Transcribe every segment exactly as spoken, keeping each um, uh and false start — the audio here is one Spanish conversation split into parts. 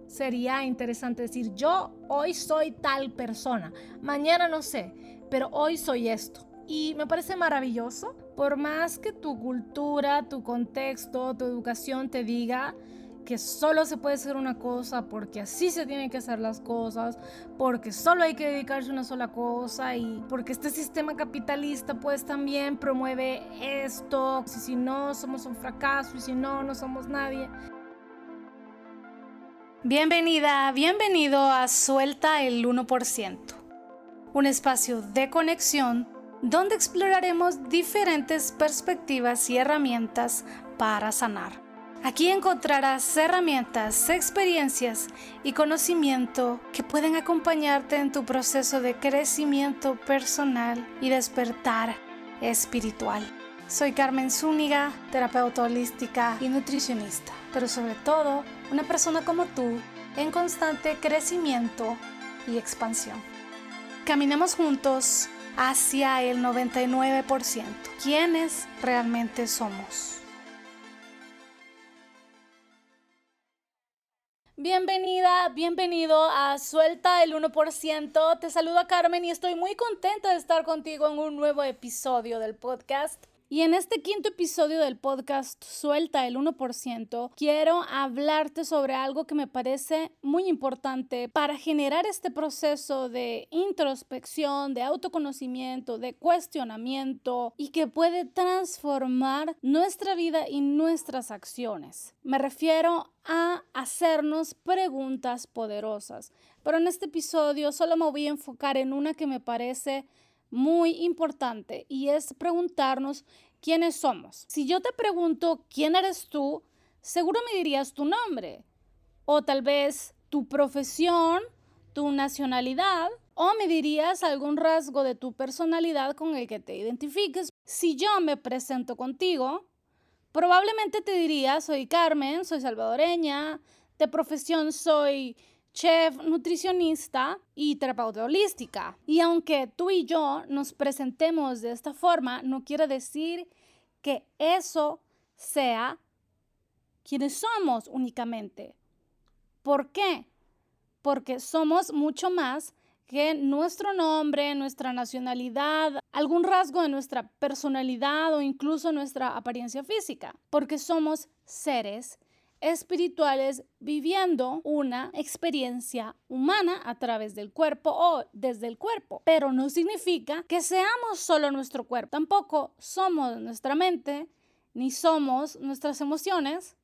sería interesante decir, yo hoy soy tal persona, mañana no sé, pero hoy soy esto. Y me parece maravilloso, por más que tu cultura, tu contexto, tu educación te diga que solo se puede hacer una cosa porque así se tienen que hacer las cosas, porque solo hay que dedicarse a una sola cosa y porque este sistema capitalista pues también promueve esto, y si no somos un fracaso y si no, no somos nadie. Bienvenida, bienvenido a Suelta el uno por ciento, un espacio de conexión donde exploraremos diferentes perspectivas y herramientas para sanar. Aquí encontrarás herramientas, experiencias y conocimiento que pueden acompañarte en tu proceso de crecimiento personal y despertar espiritual. Soy Carmen Zúñiga, terapeuta holística y nutricionista, pero sobre todo una persona como tú en constante crecimiento y expansión. Caminemos juntos hacia el noventa y nueve por ciento, quienes realmente somos. Bienvenida, bienvenido a Suelta el uno por ciento. Te saluda Carmen y estoy muy contenta de estar contigo en un nuevo episodio del podcast. Y en este quinto episodio del podcast Suelta el uno por ciento, quiero hablarte sobre algo que me parece muy importante para generar este proceso de introspección, de autoconocimiento, de cuestionamiento y que puede transformar nuestra vida y nuestras acciones. Me refiero a hacernos preguntas poderosas. Pero en este episodio solo me voy a enfocar en una que me parece muy importante y es preguntarnos quiénes somos. Si yo te pregunto quién eres tú, seguro me dirías tu nombre o tal vez tu profesión, tu nacionalidad o me dirías algún rasgo de tu personalidad con el que te identifiques. Si yo me presento contigo, probablemente te diría soy Carmen, soy salvadoreña, de profesión soy chef, nutricionista y terapeuta holística. Y aunque tú y yo nos presentemos de esta forma, no quiere decir que eso sea quienes somos únicamente. ¿Por qué? Porque somos mucho más que nuestro nombre, nuestra nacionalidad, algún rasgo de nuestra personalidad o incluso nuestra apariencia física. Porque somos seres espirituales viviendo una experiencia humana a través del cuerpo o desde el cuerpo. Pero no significa que seamos solo nuestro cuerpo. Tampoco somos nuestra mente, ni somos nuestras emociones,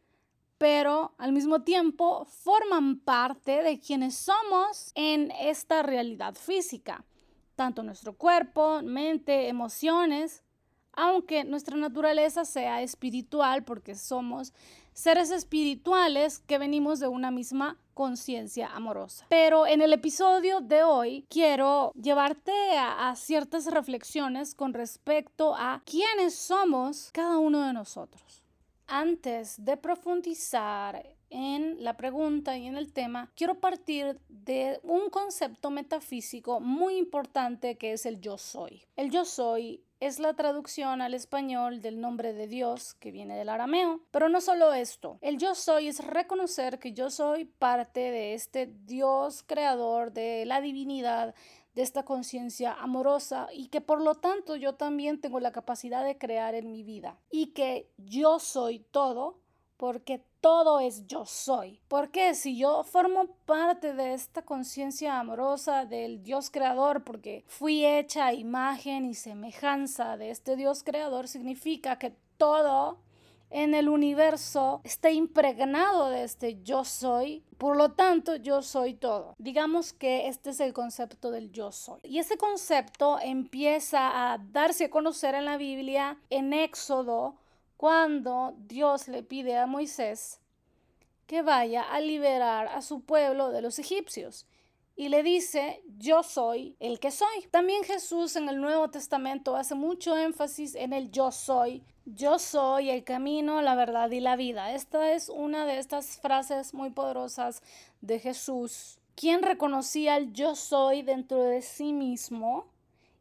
pero al mismo tiempo forman parte de quienes somos en esta realidad física. Tanto nuestro cuerpo, mente, emociones, aunque nuestra naturaleza sea espiritual porque somos seres espirituales que venimos de una misma conciencia amorosa. Pero en el episodio de hoy quiero llevarte a, a ciertas reflexiones con respecto a quiénes somos cada uno de nosotros. Antes de profundizar en la pregunta y en el tema, quiero partir de un concepto metafísico muy importante que es el yo soy. El yo soy es la traducción al español del nombre de Dios que viene del arameo. Pero no solo esto, el yo soy es reconocer que yo soy parte de este Dios creador, de la divinidad, de esta conciencia amorosa y que por lo tanto yo también tengo la capacidad de crear en mi vida y que yo soy todo porque todo es yo soy. Porque si yo formo parte de esta conciencia amorosa del Dios creador porque fui hecha a imagen y semejanza de este Dios creador, significa que todo en el universo está impregnado de este yo soy, por lo tanto yo soy todo. Digamos que este es el concepto del yo soy. Y ese concepto empieza a darse a conocer en la Biblia en Éxodo, cuando Dios le pide a Moisés que vaya a liberar a su pueblo de los egipcios. Y le dice, yo soy el que soy. También Jesús en el Nuevo Testamento hace mucho énfasis en el yo soy. Yo soy el camino, la verdad y la vida. Esta es una de estas frases muy poderosas de Jesús, quien reconocía el yo soy dentro de sí mismo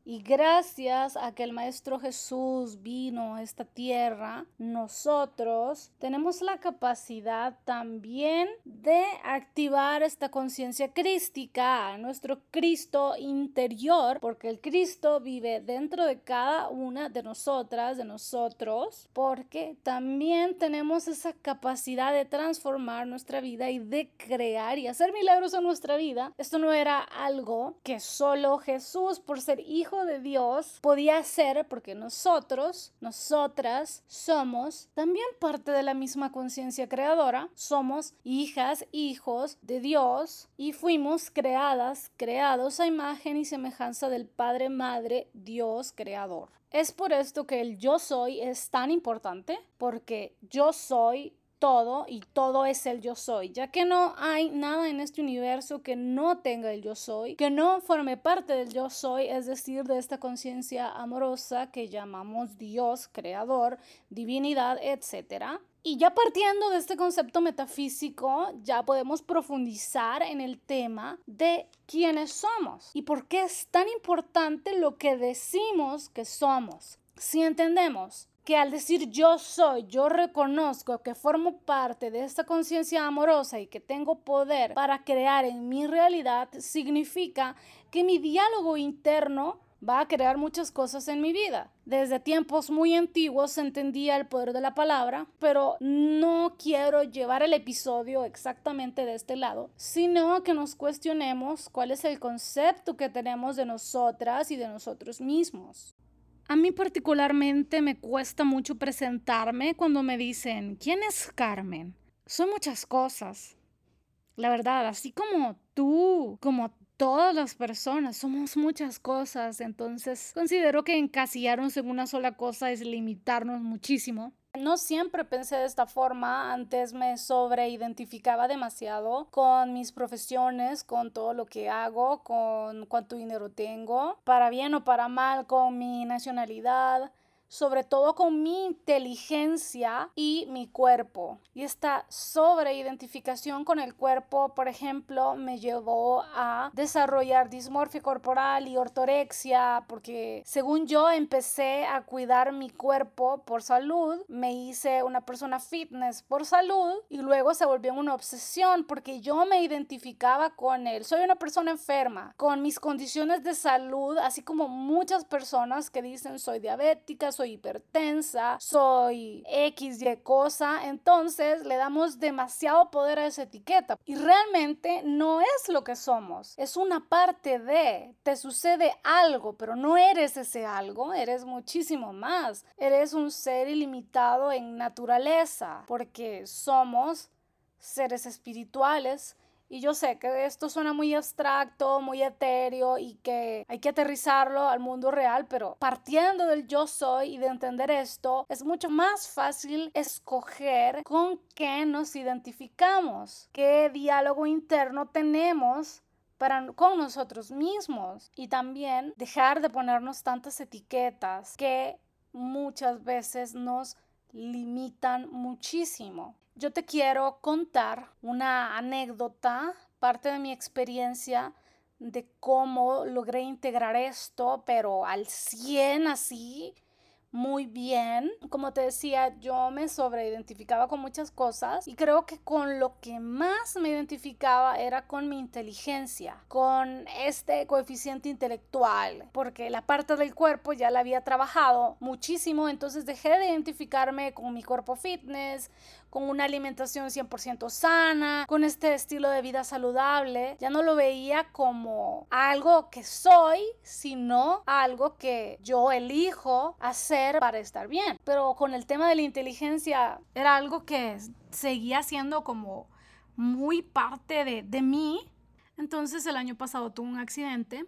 Y gracias a que el Maestro Jesús vino a esta tierra, nosotros tenemos la capacidad también de activar esta conciencia crística, nuestro Cristo interior, porque el Cristo vive dentro de cada una de nosotras, de nosotros, porque también tenemos esa capacidad de transformar nuestra vida y de crear y hacer milagros en nuestra vida. Esto no era algo que solo Jesús, por ser hijo de Dios, podía hacer, porque nosotros, nosotras somos también parte de la misma conciencia creadora. Somos hijas, hijos de Dios y fuimos creadas, creados a imagen y semejanza del Padre, Madre, Dios creador. Es por esto que el yo soy es tan importante, porque yo soy todo y todo es el yo soy, ya que no hay nada en este universo que no tenga el yo soy, que no forme parte del yo soy, es decir, de esta conciencia amorosa que llamamos Dios, creador, divinidad, etcétera. Y ya partiendo de este concepto metafísico, ya podemos profundizar en el tema de quiénes somos y por qué es tan importante lo que decimos que somos. Si entendemos que al decir yo soy, yo reconozco que formo parte de esta conciencia amorosa y que tengo poder para crear en mi realidad, significa que mi diálogo interno va a crear muchas cosas en mi vida. Desde tiempos muy antiguos se entendía el poder de la palabra, pero no quiero llevar el episodio exactamente de este lado, sino que nos cuestionemos cuál es el concepto que tenemos de nosotras y de nosotros mismos. A mí particularmente me cuesta mucho presentarme cuando me dicen, ¿quién es Carmen? Son muchas cosas. La verdad, así como tú, como todas las personas, somos muchas cosas. Entonces, considero que encasillarnos en una sola cosa es limitarnos muchísimo. No siempre pensé de esta forma, antes me sobreidentificaba demasiado con mis profesiones, con todo lo que hago, con cuánto dinero tengo, para bien o para mal, con mi nacionalidad, sobre todo con mi inteligencia y mi cuerpo. Y esta sobreidentificación con el cuerpo, por ejemplo, me llevó a desarrollar dismorfia corporal y ortorexia, porque según yo empecé a cuidar mi cuerpo por salud, me hice una persona fitness por salud y luego se volvió una obsesión porque yo me identificaba con él. Soy una persona enferma, con mis condiciones de salud, así como muchas personas que dicen soy diabética, soy hipertensa, soy X y cosa. Entonces le damos demasiado poder a esa etiqueta y realmente no es lo que somos, es una parte de, te sucede algo, pero no eres ese algo, eres muchísimo más, eres un ser ilimitado en naturaleza, porque somos seres espirituales. Y yo sé que esto suena muy abstracto, muy etéreo y que hay que aterrizarlo al mundo real, pero partiendo del yo soy y de entender esto, es mucho más fácil escoger con qué nos identificamos, qué diálogo interno tenemos para, con nosotros mismos, y también dejar de ponernos tantas etiquetas que muchas veces nos limitan muchísimo. Yo te quiero contar una anécdota, parte de mi experiencia de cómo logré integrar esto, pero al cien así, muy bien. Como te decía, yo me sobreidentificaba con muchas cosas y creo que con lo que más me identificaba era con mi inteligencia, con este coeficiente intelectual, porque la parte del cuerpo ya la había trabajado muchísimo, entonces dejé de identificarme con mi cuerpo fitness, con una alimentación cien por ciento sana, con este estilo de vida saludable. Ya no lo veía como algo que soy, sino algo que yo elijo hacer para estar bien. Pero con el tema de la inteligencia era algo que seguía siendo como muy parte de, de mí. Entonces el año pasado tuve un accidente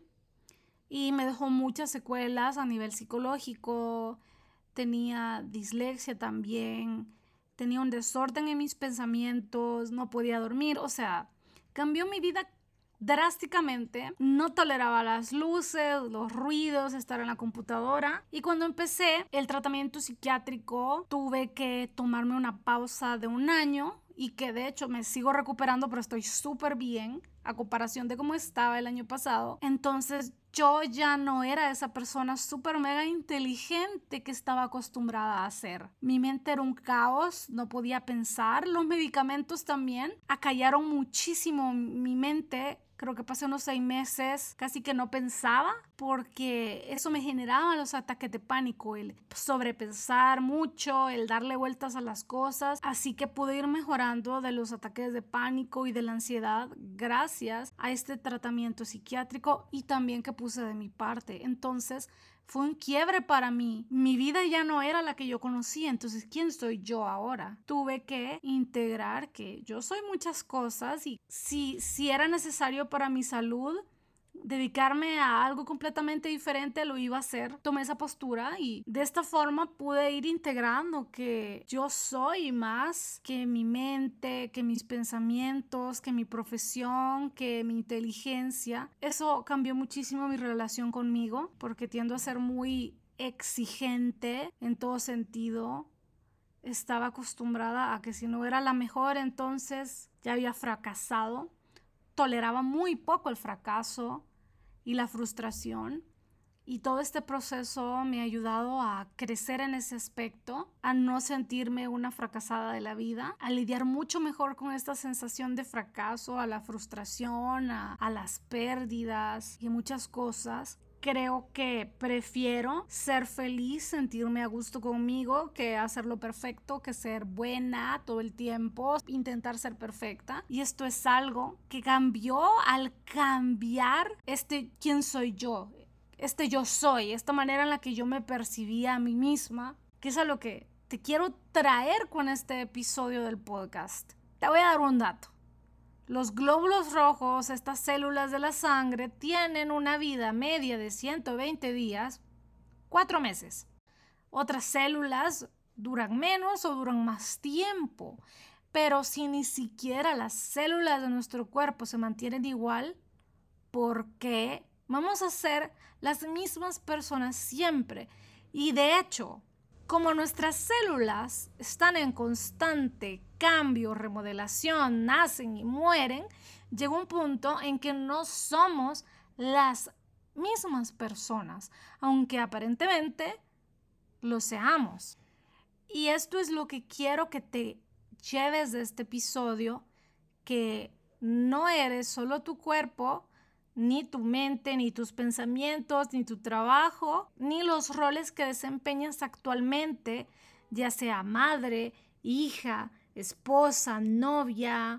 y me dejó muchas secuelas a nivel psicológico. Tenía dislexia también. Tenía un desorden en mis pensamientos, no podía dormir, o sea, cambió mi vida drásticamente. No toleraba las luces, los ruidos, estar en la computadora. Y cuando empecé el tratamiento psiquiátrico, tuve que tomarme una pausa de un año y que de hecho me sigo recuperando, pero estoy súper bien a comparación de cómo estaba el año pasado. Entonces yo ya no era esa persona súper mega inteligente que estaba acostumbrada a ser. Mi mente era un caos, no podía pensar. Los medicamentos también acallaron muchísimo mi mente. Creo que pasé unos seis meses casi que no pensaba porque eso me generaba los ataques de pánico, el sobrepensar mucho, el darle vueltas a las cosas. Así que pude ir mejorando de los ataques de pánico y de la ansiedad gracias a este tratamiento psiquiátrico y también que puse de mi parte. Entonces fue un quiebre para mí. Mi vida ya no era la que yo conocía. Entonces, ¿quién soy yo ahora? Tuve que integrar que yo soy muchas cosas y si, si era necesario para mi salud dedicarme a algo completamente diferente, lo iba a hacer. Tomé esa postura y de esta forma pude ir integrando que yo soy más que mi mente, que mis pensamientos, que mi profesión, que mi inteligencia. Eso cambió muchísimo mi relación conmigo porque tiendo a ser muy exigente en todo sentido. Estaba acostumbrada a que si no era la mejor, entonces ya había fracasado. Toleraba muy poco el fracaso y la frustración y todo este proceso me ha ayudado a crecer en ese aspecto, a no sentirme una fracasada de la vida, a lidiar mucho mejor con esta sensación de fracaso, a la frustración, a, a las pérdidas y muchas cosas. Creo que prefiero ser feliz, sentirme a gusto conmigo, que hacerlo perfecto, que ser buena todo el tiempo, intentar ser perfecta. Y esto es algo que cambió al cambiar este quién soy yo, este yo soy, esta manera en la que yo me percibía a mí misma, que es a lo que te quiero traer con este episodio del podcast. Te voy a dar un dato. Los glóbulos rojos, estas células de la sangre, tienen una vida media de ciento veinte días, cuatro meses. Otras células duran menos o duran más tiempo. Pero si ni siquiera las células de nuestro cuerpo se mantienen igual, ¿por qué vamos a ser las mismas personas siempre? Y de hecho, como nuestras células están en constante cambio, remodelación, nacen y mueren, llega un punto en que no somos las mismas personas, aunque aparentemente lo seamos. Y esto es lo que quiero que te lleves de este episodio, que no eres solo tu cuerpo, ni tu mente, ni tus pensamientos, ni tu trabajo, ni los roles que desempeñas actualmente, ya sea madre, hija, esposa, novia,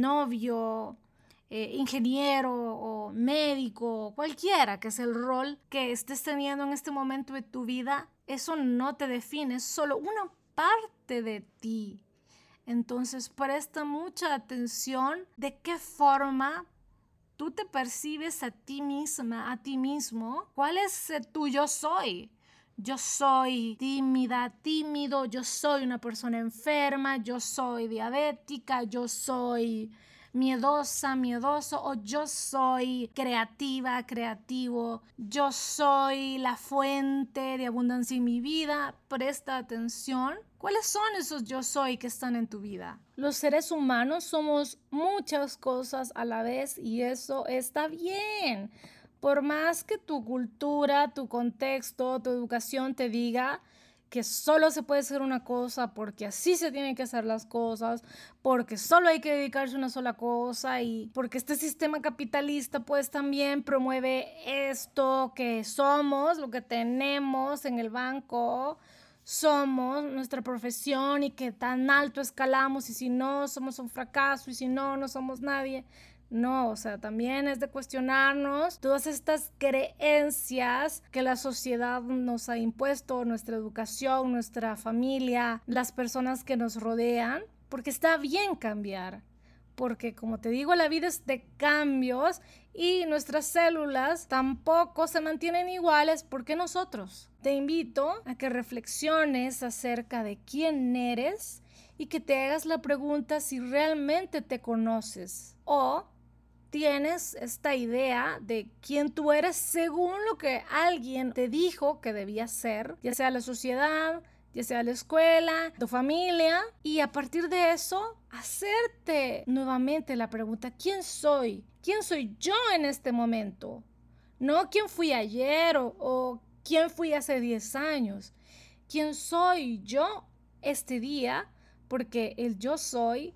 novio, eh, ingeniero o médico, cualquiera que es el rol que estés teniendo en este momento de tu vida. Eso no te define, es solo una parte de ti. Entonces presta mucha atención de qué forma tú te percibes a ti misma, a ti mismo. ¿Cuál es tu yo soy? Yo soy tímida, tímido, yo soy una persona enferma, yo soy diabética, yo soy miedosa, miedoso, o yo soy creativa, creativo, yo soy la fuente de abundancia en mi vida. Presta atención. ¿Cuáles son esos yo soy que están en tu vida? Los seres humanos somos muchas cosas a la vez y eso está bien. Por más que tu cultura, tu contexto, tu educación te diga que solo se puede hacer una cosa porque así se tienen que hacer las cosas, porque solo hay que dedicarse a una sola cosa y porque este sistema capitalista pues también promueve esto que somos, lo que tenemos en el banco, somos nuestra profesión y que tan alto escalamos y si no somos un fracaso y si no, no somos nadie. No, o sea, también es de cuestionarnos todas estas creencias que la sociedad nos ha impuesto, nuestra educación, nuestra familia, las personas que nos rodean, porque está bien cambiar. Porque como te digo, la vida es de cambios y nuestras células tampoco se mantienen iguales porque nosotros. Te invito a que reflexiones acerca de quién eres y que te hagas la pregunta si realmente te conoces o tienes esta idea de quién tú eres según lo que alguien te dijo que debías ser, ya sea la sociedad, ya sea la escuela, tu familia, y a partir de eso, hacerte nuevamente la pregunta, ¿quién soy? ¿Quién soy yo en este momento? No quién fui ayer o, o quién fui hace diez años. ¿Quién soy yo este día? Porque el yo soy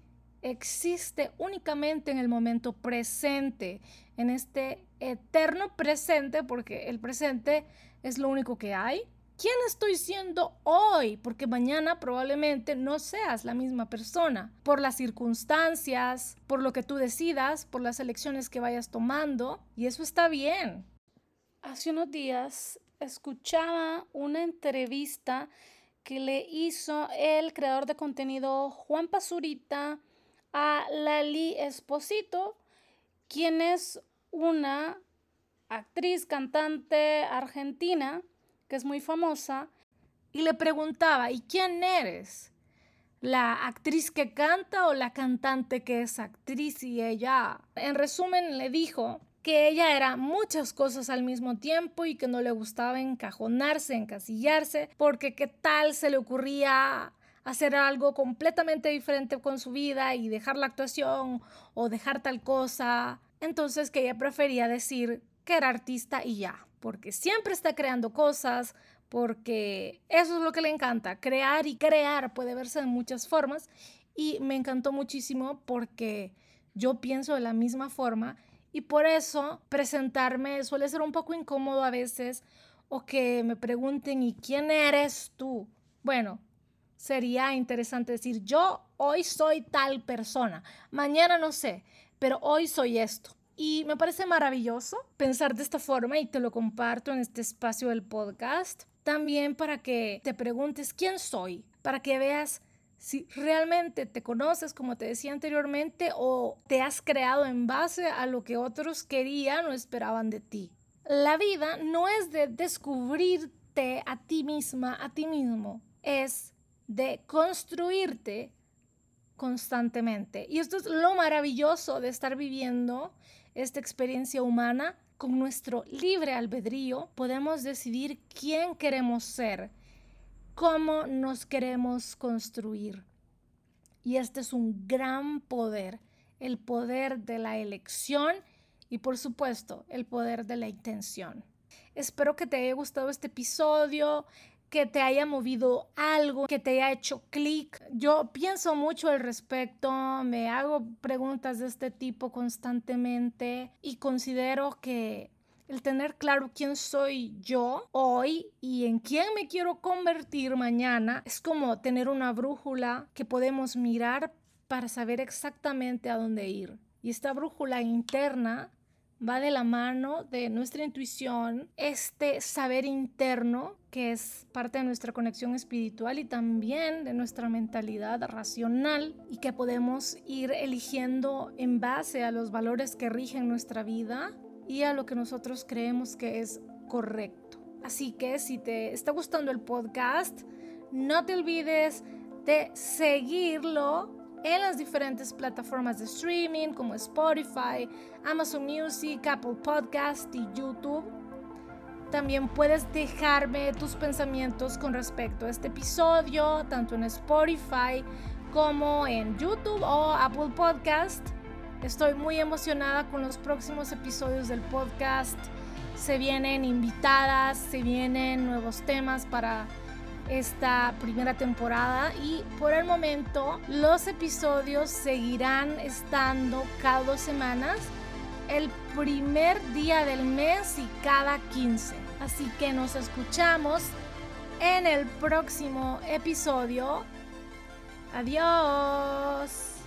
existe únicamente en el momento presente, en este eterno presente, porque el presente es lo único que hay. ¿Quién estoy siendo hoy? Porque mañana probablemente no seas la misma persona, por las circunstancias, por lo que tú decidas, por las elecciones que vayas tomando, y eso está bien. Hace unos días escuchaba una entrevista que le hizo el creador de contenido Juan Pazurita a Lali Esposito, quien es una actriz, cantante argentina que es muy famosa, y le preguntaba, ¿y quién eres? ¿La actriz que canta o la cantante que es actriz? Y ella, en resumen, le dijo que ella era muchas cosas al mismo tiempo y que no le gustaba encajonarse, encasillarse, porque qué tal se le ocurría hacer algo completamente diferente con su vida y dejar la actuación o dejar tal cosa. Entonces que ella prefería decir que era artista y ya, porque siempre está creando cosas, porque eso es lo que le encanta, crear, y crear puede verse de muchas formas, y me encantó muchísimo porque yo pienso de la misma forma y por eso presentarme suele ser un poco incómodo a veces, o que me pregunten, ¿y quién eres tú? Bueno, sería interesante decir, yo hoy soy tal persona, mañana no sé, pero hoy soy esto. Y me parece maravilloso pensar de esta forma y te lo comparto en este espacio del podcast. También para que te preguntes quién soy, para que veas si realmente te conoces, como te decía anteriormente, o te has creado en base a lo que otros querían o esperaban de ti. La vida no es de descubrirte a ti misma, a ti mismo, es de construirte constantemente. Y esto es lo maravilloso de estar viviendo esta experiencia humana. Con nuestro libre albedrío podemos decidir quién queremos ser, cómo nos queremos construir. Y este es un gran poder, el poder de la elección y, por supuesto, el poder de la intención. Espero que te haya gustado este episodio, que te haya movido algo, que te haya hecho clic. Yo pienso mucho al respecto, me hago preguntas de este tipo constantemente y considero que el tener claro quién soy yo hoy y en quién me quiero convertir mañana es como tener una brújula que podemos mirar para saber exactamente a dónde ir. Y esta brújula interna va de la mano de nuestra intuición, este saber interno que es parte de nuestra conexión espiritual y también de nuestra mentalidad racional, y que podemos ir eligiendo en base a los valores que rigen nuestra vida y a lo que nosotros creemos que es correcto. Así que si te está gustando el podcast, no te olvides de seguirlo en las diferentes plataformas de streaming como Spotify, Amazon Music, Apple Podcast y YouTube. También puedes dejarme tus pensamientos con respecto a este episodio, tanto en Spotify como en YouTube o Apple Podcast. Estoy muy emocionada con los próximos episodios del podcast. Se vienen invitadas, se vienen nuevos temas para esta primera temporada, y por el momento los episodios seguirán estando cada dos semanas, el primer día del mes y cada quince. Así que nos escuchamos en el próximo episodio. Adiós.